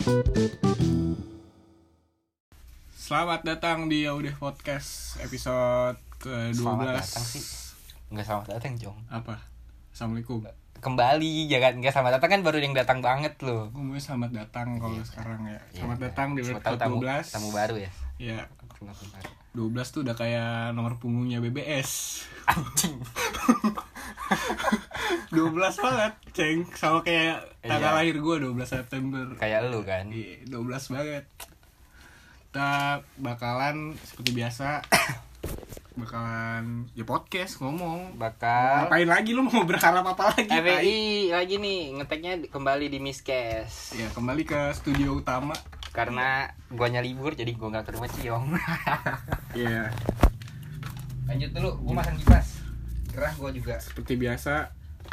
Selamat datang di Yaudah Podcast episode ke-12. Selamat datang sih. Enggak selamat datang, Jong. Apa? Assalamualaikum. Kembali, jangan enggak selamat datang kan baru yang datang banget loh. Gue mau selamat datang kalau sekarang ya. Selamat Iya. datang di Siapa episode tahu 12. tamu baru ya. Iya, Tamu baru. 12 tuh udah kayak nomor punggungnya BBS. Anjing. 12 banget, ceng. Sama kayak tanggal Iya. lahir gue 12 September. Kayak lu kan. Iya, 12 banget. Kita bakalan seperti biasa bakalan ya podcast ngomong. Bakal Ngapain lagi lu mau berharap apa lagi? Tai? FWI lagi nih ngeteknya kembali di Miskes. Ya, kembali ke studio utama. Karena guanya libur jadi gua enggak ke rumah Ciong. Iya, Lanjut dulu, gua masang kipas. Gerah gua juga. seperti biasa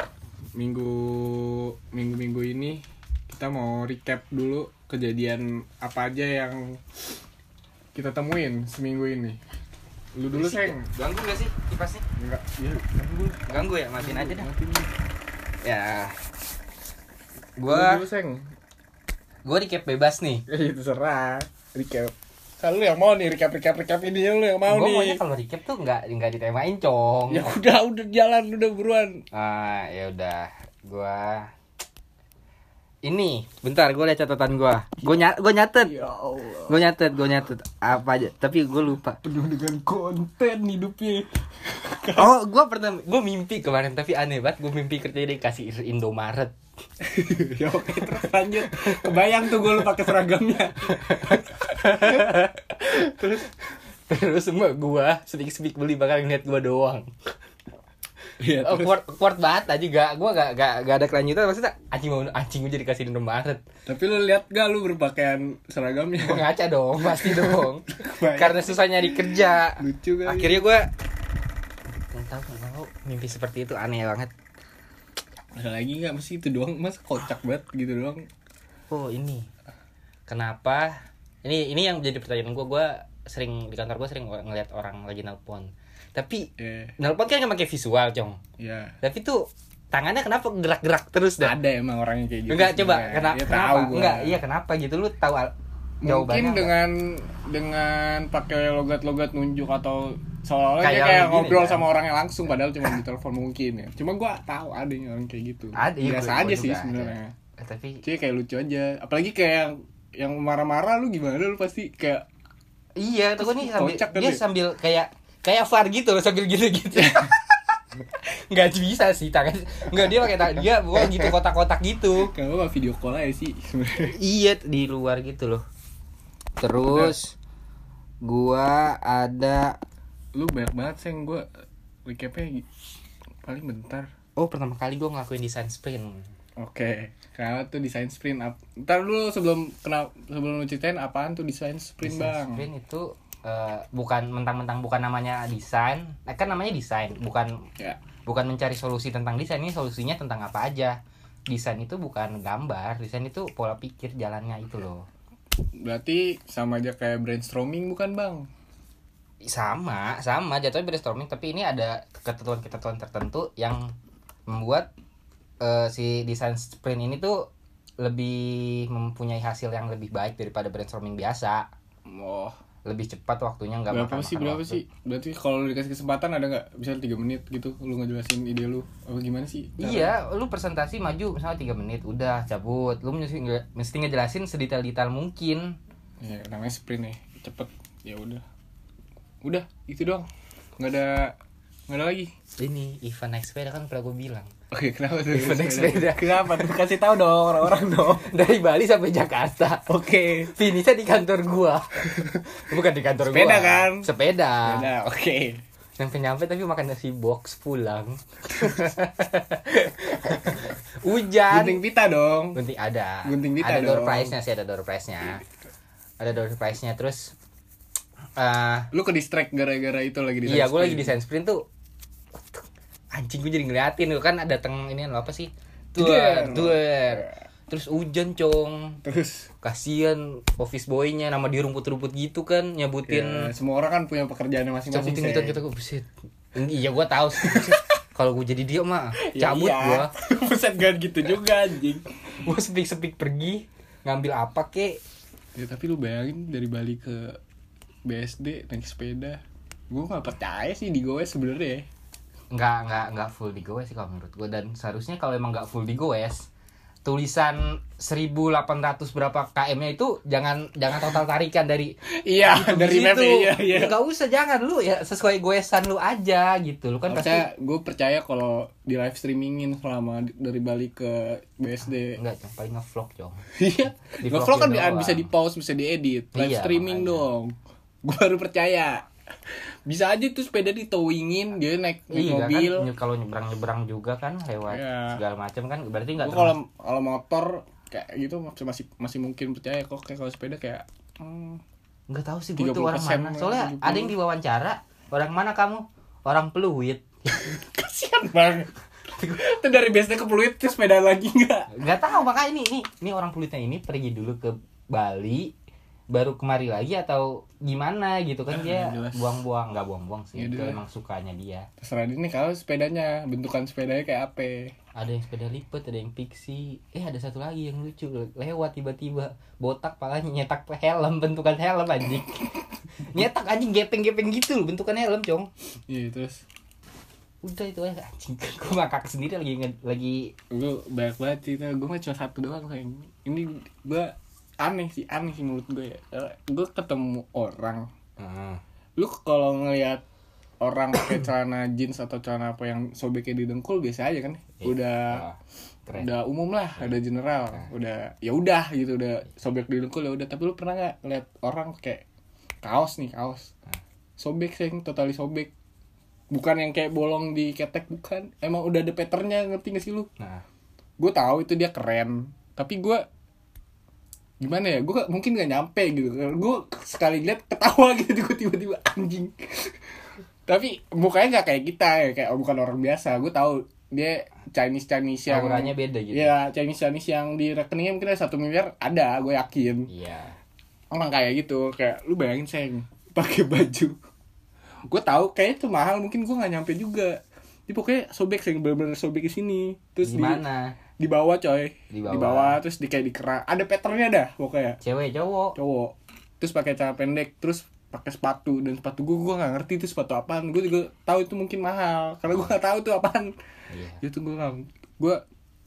minggu ini kita mau recap dulu kejadian apa aja yang kita temuin seminggu ini. Lu dulu, Seng. Ganggu enggak sih kipasnya? Enggak, iya, ganggu. Ganggu ya, matiin aja dah. Matiin. Ya. Lu Gua dulu, Seng. recap bebas nih. Itu terserah. Recap. Kalau lu yang mau nih recap ini lu yang mau Gua nih. maunya kalau recap tuh enggak ditemain, Cong. Ya udah jalan udah buruan. Ya udah, gua ini bentar gua lihat catatan gua. Gua nyatet. Ya Allah. Gua nyatet apa aja, tapi gua lupa. Penuh dengan konten hidupnya. Oh, gua mimpi kemarin tapi aneh banget, gua mimpi kerja dikasih Indomaret. Ya oke, terus lanjut. Kebayang tuh gue lu pakai seragamnya. Terus semua gua speak beli bakal ngeliat gua doang. Iya, Oh, kuat banget aja gua gak ada kelanjutan, maksudnya anjing gua jadi kasih Indomaret. Tapi lu lihat gak lu berpakaian seragamnya? Gua ngaca dong, pasti dong. Kebayang. Karena susah nyari kerja. Lucu kali. Akhirnya gue nggak tahu mimpi seperti itu aneh banget. Ada lagi nggak, mesti itu doang, mas kocak banget gitu doang. Oh ini kenapa ini yang jadi pertanyaan gue sering di kantor gue sering ngeliat orang lagi nelpon tapi nelpon kan nggak pakai visual, Cong. Tapi tuh tangannya kenapa gerak-gerak terus dah. Ada emang orangnya kayak gitu. Enggak, coba Ya, kenapa tahu gua. enggak iya kenapa gitu, lu tahu Mungkin jawabannya dengan pakai logat-logat nunjuk atau seolah-olah dia Kayak kayak gini, ngobrol kan? sama orangnya langsung padahal cuma di telepon mungkin ya. Cuma gua tahu ada yang orang kayak gitu. Ada, iya, Biasa gua aja juga sih ada. sebenarnya. Tapi Cuy kayak lucu aja. Apalagi kayak yang marah-marah lu gimana, lu pasti kayak iya tuh nih sambil kocak kan dia ya? sambil kayak VAR gitu loh, sambil gitu-gitu. Nggak bisa sih tangan. Nggak, dia pakai tangan dia bukan gitu kotak-kotak gitu. kalau mah video call aja sih sebenarnya. Iya di luar gitu loh. Terus gua ada Lu banyak banget sih gua recapnya paling bentar. oh pertama kali gua ngelakuin desain sprint. Oke, kalau tuh desain sprint up. Ntar dulu sebelum lu ceritain apaan tuh desain sprint, Desain Bang. sprint itu bukan mentang-mentang bukan namanya desain. Kan namanya desain, bukan Ya. bukan mencari solusi tentang desain. Ini solusinya tentang apa aja. Desain itu bukan gambar, desain itu pola pikir jalannya itu loh. Berarti sama aja kayak brainstorming bukan, Bang? Sama jatuhnya brainstorming, tapi ini ada ketentuan tertentu yang membuat si desain sprint ini tuh lebih mempunyai hasil yang lebih baik daripada brainstorming biasa. Oh, Lebih cepat waktunya, nggak berapa makan sih? Berarti kalau lu dikasih kesempatan ada nggak? Bisa 3 menit gitu lu ngejelasin ide lu. Apa gimana sih? Iya, lu presentasi maju misalnya 3 menit udah cabut. Lu mesti ngejelasin sedetail-detail mungkin. Ya, namanya sprint nih, cepet. Ya udah itu doang, nggak ada lagi. Ini event naik sepeda kan pernah gue bilang. Oke, kenapa tuh? Event naik sepeda. Kenapa tuh? Kasih tahu dong orang-orang dong. Dari Bali sampai Jakarta. Oke. Finishnya di kantor gua. Bukan di kantor gua. Sepeda kan? Sepeda. Oke. Nyampe tapi makan nasi box pulang. Hujan. Gunting pita dong. Gunting ada. Gunting pita ada door dong. prize-nya sih, ada door prize-nya. Ada door prize-nya terus Lu ke distract gara-gara itu lagi desain. iya, gue lagi desain sprint tuh. Anjing, gue jadi ngeliatin tuh kan datang ini apa sih? Tour. Terus hujan, Cong. Terus Kasian office boy-nya nama dia rumput-rumput gitu kan nyebutin. ya, semua orang kan punya pekerjaannya masing-masing. Cabutin kita gue buset. Iya gue tahu sih. Kalau gue jadi dia mah cabut Ya, gue. Buset, gak gitu juga anjing. Gue sepik pergi. ngambil apa kek. Ya tapi lu bayangin dari Bali ke BSD naik sepeda. Gue nggak percaya sih di goes sebenarnya. Nggak full digoes sih kalau menurut gue. Dan seharusnya kalau emang nggak full digoes, tulisan 1800 berapa km-nya itu jangan total tarikan dari iya dari map iya. Nggak usah, jangan lu ya sesuai goesan lu aja gitu. Lu kan pasti. Gue percaya kalau di live streamingin selama dari Bali ke BSD. Enggak, paling ngevlog Cong. Iya. Ngevlog kan bisa di pause, bisa diedit. Live streaming makanya. Dong. Gue baru percaya. Bisa aja tuh sepeda ditowingin, dia naik mobil. Kan, kalau nyebrang juga kan lewat segala macam kan, berarti nggak. Kalau motor kayak gitu masih mungkin percaya kok. Kayak kalau sepeda kayak nggak tahu sih gue tuh orang mana. Soalnya 70. Ada yang diwawancara, orang mana kamu? Orang Pluit. Kasian banget. Itu dari BSD ke Pluit ke sepeda lagi nggak tahu. Makanya ini orang Pluitnya ini pergi dulu ke Bali baru kemari lagi atau gimana gitu kan. Dia nggak buang-buang sih, itu emang sukanya dia. Terserah dia nih kalau sepedanya, bentukan sepedanya kayak apa. Ada yang sepeda lipat, ada yang pixie. Ada satu lagi yang lucu, lewat tiba-tiba botak palanya, nyetak helm, bentukan helm anjing. Nyetak anjing gepeng-gepeng gitu loh bentukan helm Cong. Iya terus udah itu aja anjing. Gue ngakak sendiri lagi gue banyak banget cerita. Gue mah cuma satu doang kayak ini. Gue aneh sih menurut gue ya. Gue ketemu orang, lu kalau ngelihat orang pakai celana jeans atau celana apa yang sobeknya di dengkul biasa aja kan, udah umum lah, udah general, udah ya udah gitu, udah sobek di dengkul ya udah. Tapi lu pernah nggak ngeliat orang kayak kaos sobek sih, totally sobek, bukan yang kayak bolong di ketek, bukan, emang udah ada patternnya, ngerti nggak sih lu? Gue tahu itu dia keren, tapi gue gimana ya, gue mungkin nggak nyampe gitu. Gue sekali lihat ketawa gitu, gue tiba-tiba anjing. Tapi mukanya nggak kayak kita ya, kayak bukan orang biasa. Gue tahu dia Chinese yang auranya beda gitu. Ya Chinese yang di rekeningnya mungkin ada 1 miliar ada, gue yakin. Iya. Orang kayak gitu, kayak lu bayangin Seng pakai baju. Gue tahu kayak itu mahal, mungkin gue nggak nyampe juga. Dia pokoknya sobek Seng, bener-bener sobek ke sini. Terus gimana? Di bawah coy, di bawah terus kayak dikerak, ada patternnya dah pokoknya. Cewek cowok terus pakai celana pendek, terus pakai sepatu, dan sepatu gue nggak ngerti itu sepatu apaan. Gue juga tahu itu mungkin mahal karena gue nggak tahu itu apaan. Itu gue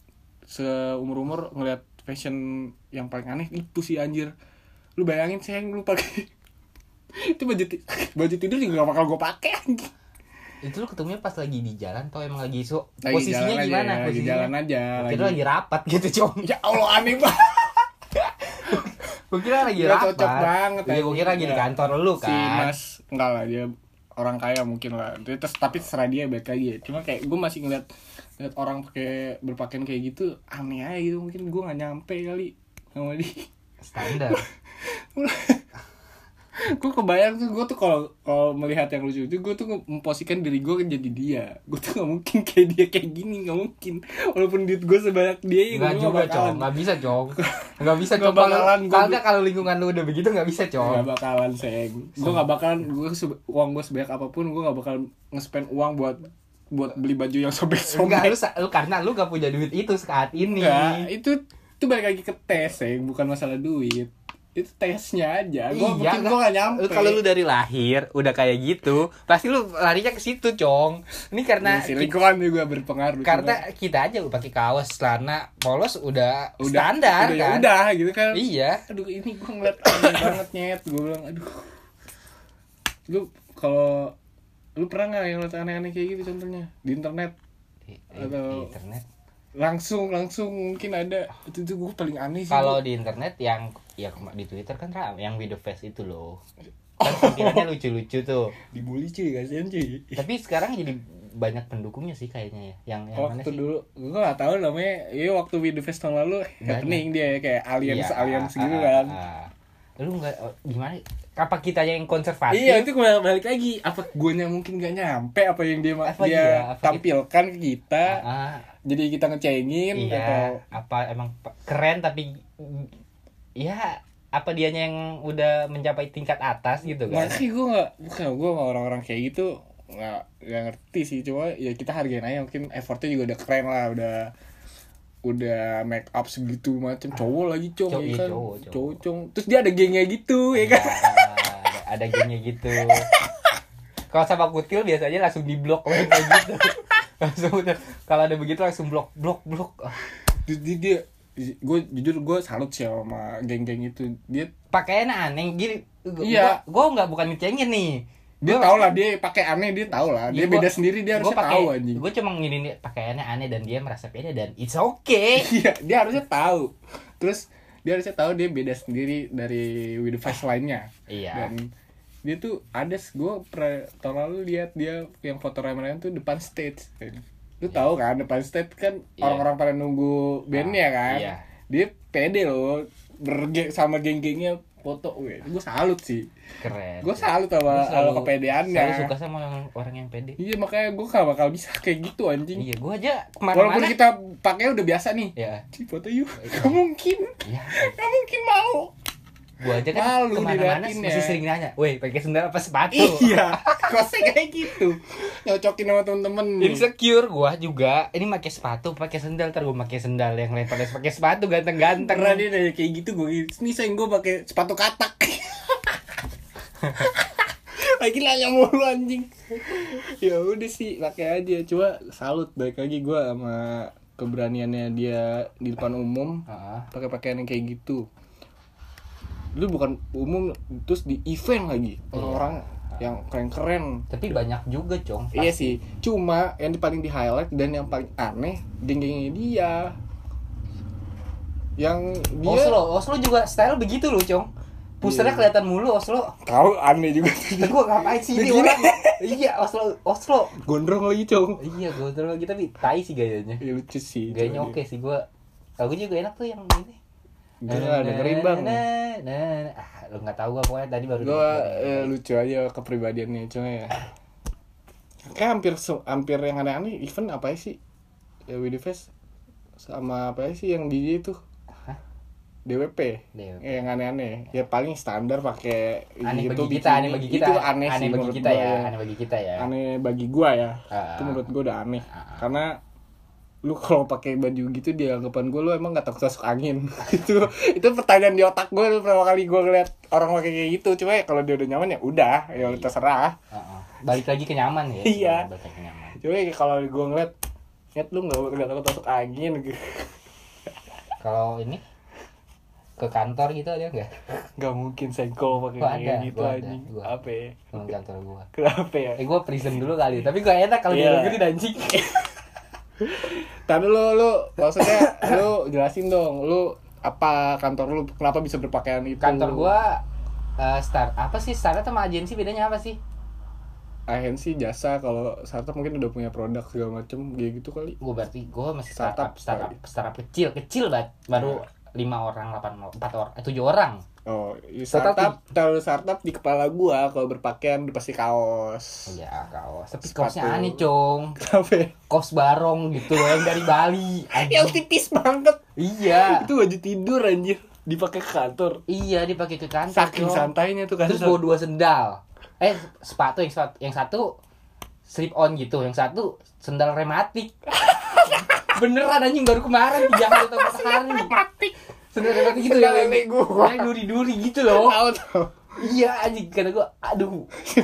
seumur ngeliat fashion yang paling aneh itu sih anjir. Lu bayangin sih lu pakai itu baju tidur juga gak bakal gue pakai anjing. Itu lu ketemunya pas lagi di jalan atau emang lagi posisinya gimana? Lagi jalan aja. Kira lagi rapat gitu Cong. Ya Allah aneh banget. Gue kira lagi rapat. Cocok banget. Ya gue kira lagi di kantor lu kan. Si Mas enggak lah, dia orang kaya mungkin lah. Tapi terserah dia baik aja. Cuma kayak gue masih ngeliat orang berpakaian kayak gitu aneh aja gitu. Mungkin gue nggak nyampe kali sama dia. Standar. Gue kebayang tuh, gue tuh kalau melihat yang lucu itu, gue tuh memposisikan diri gue kan jadi dia. Gue tuh nggak mungkin kayak dia kayak gini, nggak mungkin. Walaupun duit gue sebanyak dia, nggak juga Cong, nggak bisa Cong, nggak bisa Cong. Kalau lingkungan lu udah begitu nggak bisa Cong. Nggak bakalan Seng. Gue nggak bakalan, uang gue sebanyak apapun, gue nggak bakal nge-spend uang buat beli baju yang sobek-sobek. Enggak, lu karena lu gak punya duit itu saat ini. Enggak, itu balik lagi ke tes Seng, bukan masalah duit. Itu tesnya aja. Gue gak nyampe. Kalau lu dari lahir udah kayak gitu, pasti lu larinya ke situ Cong. Ini karena lingkungan juga berpengaruh. Karena kita aja pakai kaos celana polos udah standar kan. Udah gitu kan. Iya. Aduh ini gue ngeliat aneh banget nyet. Gue bilang aduh. Lu pernah nggak yang lihat aneh-aneh kayak gitu contohnya di internet? Atau di internet? Langsung mungkin ada. Itu gue paling aneh sih. Kalau di internet yang ya di Twitter kan yang with the face itu loh. Kan pikirannya lucu-lucu tuh. Dibully cuy, kasihan cuy. Tapi sekarang jadi banyak pendukungnya sih kayaknya ya. Yang waktu mana sih? Dulu gue gak tahu namanya. Iya waktu with the face tahun lalu happening dia kayak aliens gitu kan. Lu enggak gimana? Apa kita yang konservatif? Iya itu balik lagi. Apa guanya mungkin gak nyampe apa yang dia tampilkan ke kita. Jadi kita ngecengin atau apa emang keren tapi ya apa dianya yang udah mencapai tingkat atas gitu kan? Masih gue nggak orang-orang kayak gitu nggak ngerti sih, cuma ya kita hargain aja, mungkin effortnya juga udah keren lah, udah make up segitu macam cowok lagi cong Cowok, ya iya, kan cowok. cong terus dia ada gengnya gitu ya kan ada gengnya gitu. Kalau sama kutil biasanya langsung diblok kayak gitu. Langsung udah kalau ada begitu langsung blok. dia gue jujur gue salut sih sama geng-geng itu. Dia pakaiannya aneh gini. Iya. Gue bukan ngecengin nih. Dia tahu lah dia pakai aneh, dia tahu lah. Dia beda sendiri, dia harusnya tahu anjing. Gue cuma nginin pakaiannya aneh dan dia merasa beda dan it's okay. Iya, dia harusnya tahu. Terus dia harusnya tahu dia beda sendiri dari with the face lainnya. Iya. Dan dia tuh ada, gue tahun lalu lihat dia yang foto rame-rame tuh depan stage. Lu tahu kan depan stage kan orang-orang pada nunggu bandnya kan. Iya. Dia pede loh sama geng-gengnya foto. Gue salut sih. Keren. Gue salut sama kepedeannya. Selalu suka sama orang yang pede. Iya, makanya gue gak bakal bisa kayak gitu anjing. Iya, gue aja kemana-mana. Walaupun kita pakai udah biasa nih. Ya. Foto yuk. Gak mungkin. Iya. Gak mungkin mau. Gue aja kan malu kemana-mana masih sering nanya, weh pakai sendal apa sepatu? Iya, kosnya kayak gitu. Nyocokin sama temen-temen. Insecure gue juga. Ini pakai sepatu, pakai sendal, ntar gue pakai sendal yang lain pada pakai sepatu ganteng-ganteng. Karena dia nanya kayak gitu, gue ini sayang gue pakai sepatu katak. Lagi nanya mulu anjing. Ya udah sih, pakai aja. Coba salut balik lagi gue sama keberaniannya dia di depan umum. Pakai pakaian yang kayak gitu. Lu bukan umum, terus di event lagi orang-orang yang keren-keren. Tapi banyak juga cong. Iya sih, cuma yang paling di highlight dan yang paling aneh geng-gengnya dia. Yang dia Oslo juga style begitu loh cong. Pusernya kelihatan mulu Oslo. Tahu aneh juga. Tapi gua ngapain sih ini orang? Iya Oslo. Gondrong lagi cong. Iya gondrong lagi tapi tai sih gayanya. Ya, lucu sih. Gayanya oke sih gua. Lagunya juga enak tuh yang ini. Gila, dengerin bang. Lu nggak tahu gua pokoknya tadi baru. Gua lucu aja kepribadiannya cuma ya. Kayak hampir yang aneh-aneh event apa sih? Ya With The Face sama apa sih yang DJ itu? DWP. Yang aneh-aneh. Ya paling standar pakai gitu aneh bagi kita. Itu aneh sih bagi kita ya. Aneh bagi kita ya. Aneh bagi gua ya. Itu menurut gua udah aneh. Karena lu kalau pakai baju gitu di anggapan gue lu emang gak takut masuk angin. itu pertanyaan di otak gue pertama kali gue ngeliat orang pakai kayak gitu. Cuma ya kalau dia udah nyaman ya udah, ya terserah. Balik lagi ke nyaman ya. Iya. Balik lagi ke nyaman. Cuma ya kalau gue ngeliat lu gak takut masuk angin gitu. Kalau ini ke kantor gitu ada nggak? Gak mungkin sengkol pakai kayak gitu anjing. Apa ya? Kantor gue. Kenapa ya? Gue prison dulu kali. Tapi gue enak kalau dilakuin anjing. Tadi lu maksudnya lu jelasin dong, lu apa kantor lu kenapa bisa berpakaian itu? Kantor gua startup sama agensi bedanya apa sih? Agensi jasa, kalau startup mungkin udah punya produk segala macem kayak gitu kali. Gua berarti startup kecil banget. Baru 5 orang, 4 orang, 7 orang. Oh, startup di kepala gua kalau berpakaian udah pasti kaos. Iya, kaos. Tapi kaosnya aneh, Cong. Kenapa? Kaos barong gitu yang dari Bali. Yang tipis banget. Iya. Itu baju tidur anjir, dipakai ke kantor. Iya, dipakai ke kantor. Saking santainya tuh kan. Terus bawa 2 sendal. Sepatu yang satu slip on gitu, yang satu sendal rematik. Beneran anjing baru kemarin 3 hari atau 4 hari. Rematik. Sendal gitu ya, kayak duri-duri gitu loh. Tahu. Iya anjing, kata gue, aduh.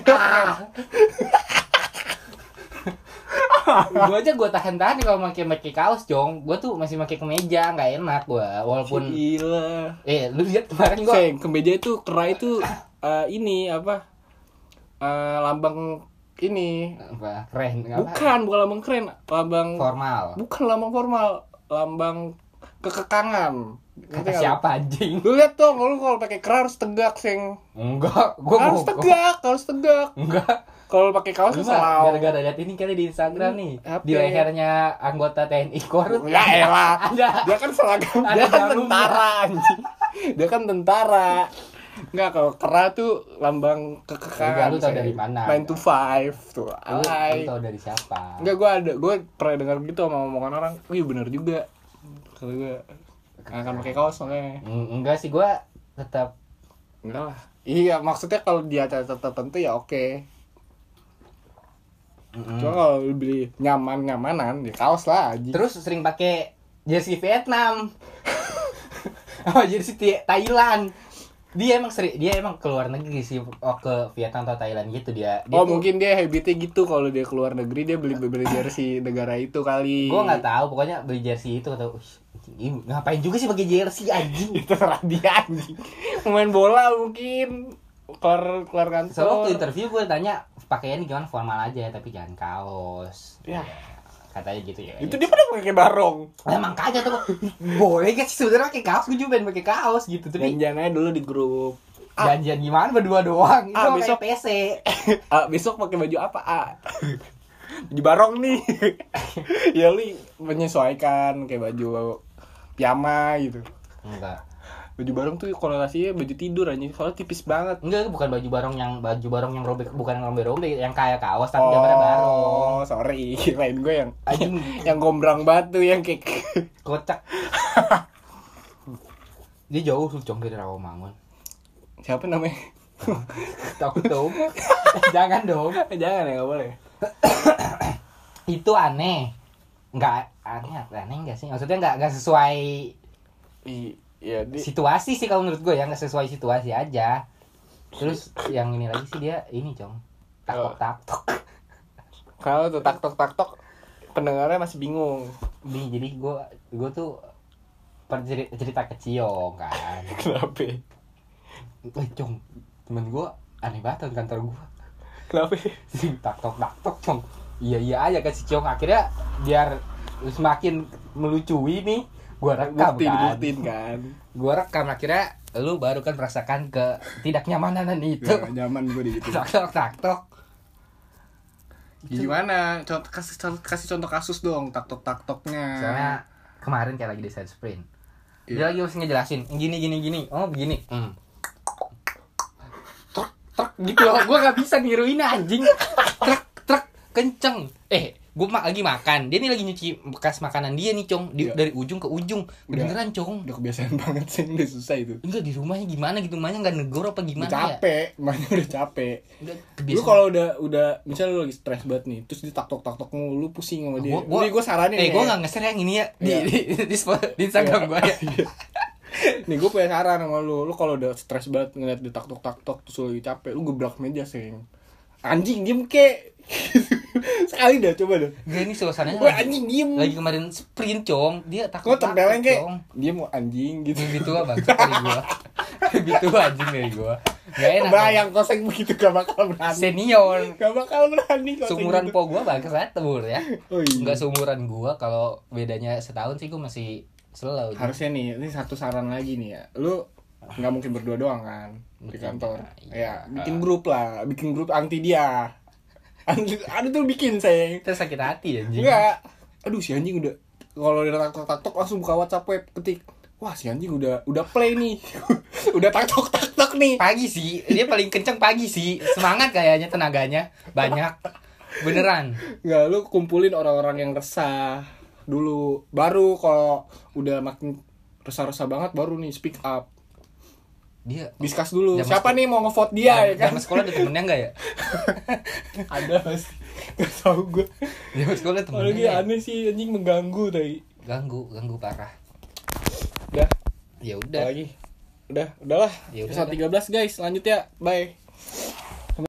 Gue aja tahan kalau pakai kaos, Jong. Gue tuh masih pakai kemeja, nggak enak gue. Walaupun gila. Lu lihat kemarin gue. Kemeja itu kera itu ini apa? Lambang ini. Apa? Keren. Bukan lambang keren, lambang formal. Bukan lambang formal, lambang kekekangan. Kata siapa anjing? Lu lihat dong, lu kalau pakai kera harus tegak, Seng. Enggak, gua harus tegak. Enggak. Kalau pakai kaos salah. Gara-gara lihat ini kali di Instagram nih. Di lehernya anggota TNI Korut. Ya elah. Dia kan seragam, dia kan tentara anjing. Dia kan tentara. Enggak, kalau kera tuh lambang kekekangan. Lu tau dari mana? 9 to 5 tuh. Lu tau dari siapa? Enggak, gue pernah dengar gitu sama omongan orang. Wih, bener juga. Kalau gue akan pakai kaos makanya. Enggak sih, gue tetap enggak lah. Iya, maksudnya kalau di acara tertentu ya oke. Cuma kalau beli nyamanan ya kaos lah aja. Terus sering pakai jersey Vietnam. Oh, jersey Thailand. Dia emang keluar negeri sih, ke Vietnam atau Thailand gitu dia mungkin dia habitnya gitu, kalau dia keluar negeri dia beli jersey negara itu kali. Gua nggak tahu, pokoknya beli jersey itu atau ngapain juga sih pakai jersey anjing. Itu terserah dia anjing. Main bola mungkin keluar kantor. Soalnya waktu interview gue tanya pakaian gimana, formal aja tapi jangan kaos. Ya. Katanya gitu ya. Itu dia pada pakai barong. Nah, makanya tuh boleh gak sih sebenarnya pakai kaos, gue juga pengen pakai kaos gitu. Tapi janjian aja dulu di grup. Janjian gimana, berdua doang. Itu besok PC. Besok pakai baju apa? Baju barong nih. Ya lu menyesuaikan kayak baju piyama gitu. Enggak. Baju barong tuh korelasinya baju tidur aja, soalnya tipis banget. Enggak, bukan baju barong yang robek, bukan yang robek, yang kayak kaos tapi gambarnya barong. Oh, sorry. Lain gue yang yang gombrang batu yang kayak kocak. Dia jauh tuh Cong dari Rawamangun. Siapa namanya? Takut dong. Jangan dong. Jangan ya, enggak boleh. Itu aneh. Enggak aneh enggak sih? Maksudnya enggak sesuai situasi sih kalau menurut gue ya, nggak sesuai situasi aja. Terus yang ini lagi sih dia ini Cong, taktok. Kalau tuh taktok pendengarnya masih bingung. Jadi gue tuh cerita ke Ciong kan. Kenapa? Cong, temen gue aneh banget kan kantor gue. Kenapa? taktok Cong. Iya aja kan si Ciong, akhirnya biar semakin melucui nih. Gua rekam kan. Gua rekam, akhirnya lu baru kan merasakan ketidaknyamanan itu. Ya, nyaman gua di gitu. Taktok. Gimana? Kasih contoh kasus dong, taktoknya. Soalnya kemarin kayak lagi di side sprint. Dia lagi harus ngejelasin gini. Oh, begini. Truk gitu loh. Gua enggak bisa niruin anjing. Truk kenceng. Gue lagi makan, dia nih lagi nyuci bekas makanan dia nih Cong, dari ujung ke ujung, beneran Cong. Udah kebiasaan banget sih, udah susah itu. Enggak, di rumahnya gimana gitu, rumahnya nggak negor apa gimana udah capek, udah capek. Lu kalau udah misalnya lu lagi stres banget nih, terus ditaktok lu pusing sama dia. Gue saranin gue nggak nge-share yang ini ya di Instagram gue ya. Nih gue punya saran sama lu kalau udah stres banget ngeliat ditaktok terus lu lagi capek, lu gebrak meja sing. Anjing diem kek. Sekali dah, coba dah. Gak, ini suasananya anjing diem. Lagi kemarin sprint Cong, dia takut tempelin kayak dia mau anjing gitu. Lebih tua banget dari gua. Lebih tua anjing dari gua. Gak enak. Bayang koseng begitu gak bakal berani. Senior. Gak bakal berani koseng. Sumuran gitu. Po gua bangsat tebur ya. Oh, iya. Enggak sumuran gua, kalau bedanya setahun sih gua masih slow. Harusnya nih, ini satu saran lagi nih ya. Lu nggak mungkin berdua doang kan di kantor. Ya, bikin grup anti dia. Ada tuh bikin sayang. Terus sakit hati anjing. Enggak. Aduh si anjing udah, kalau dia taktok langsung buka WhatsApp web, ketik. Wah si anjing udah play nih. Udah taktok nih. Pagi sih, dia paling kenceng pagi sih. Semangat kayaknya, tenaganya banyak. Beneran. Enggak, lu kumpulin orang-orang yang resah dulu. Baru kalau udah makin resah-resah banget baru nih speak up. Dia discuss dulu. Siapa nih mau ngevote dia ya kan? Zaman sekolah ada temennya enggak ya? Ada pasti. Gak tau gue. Zaman sekolah ada temennya. Lagi aneh sih, anjing mengganggu tadi. Ganggu parah. Udah. Ya udah. Lagi. Udahlah. Ya episode 13 guys, lanjut ya. Bye.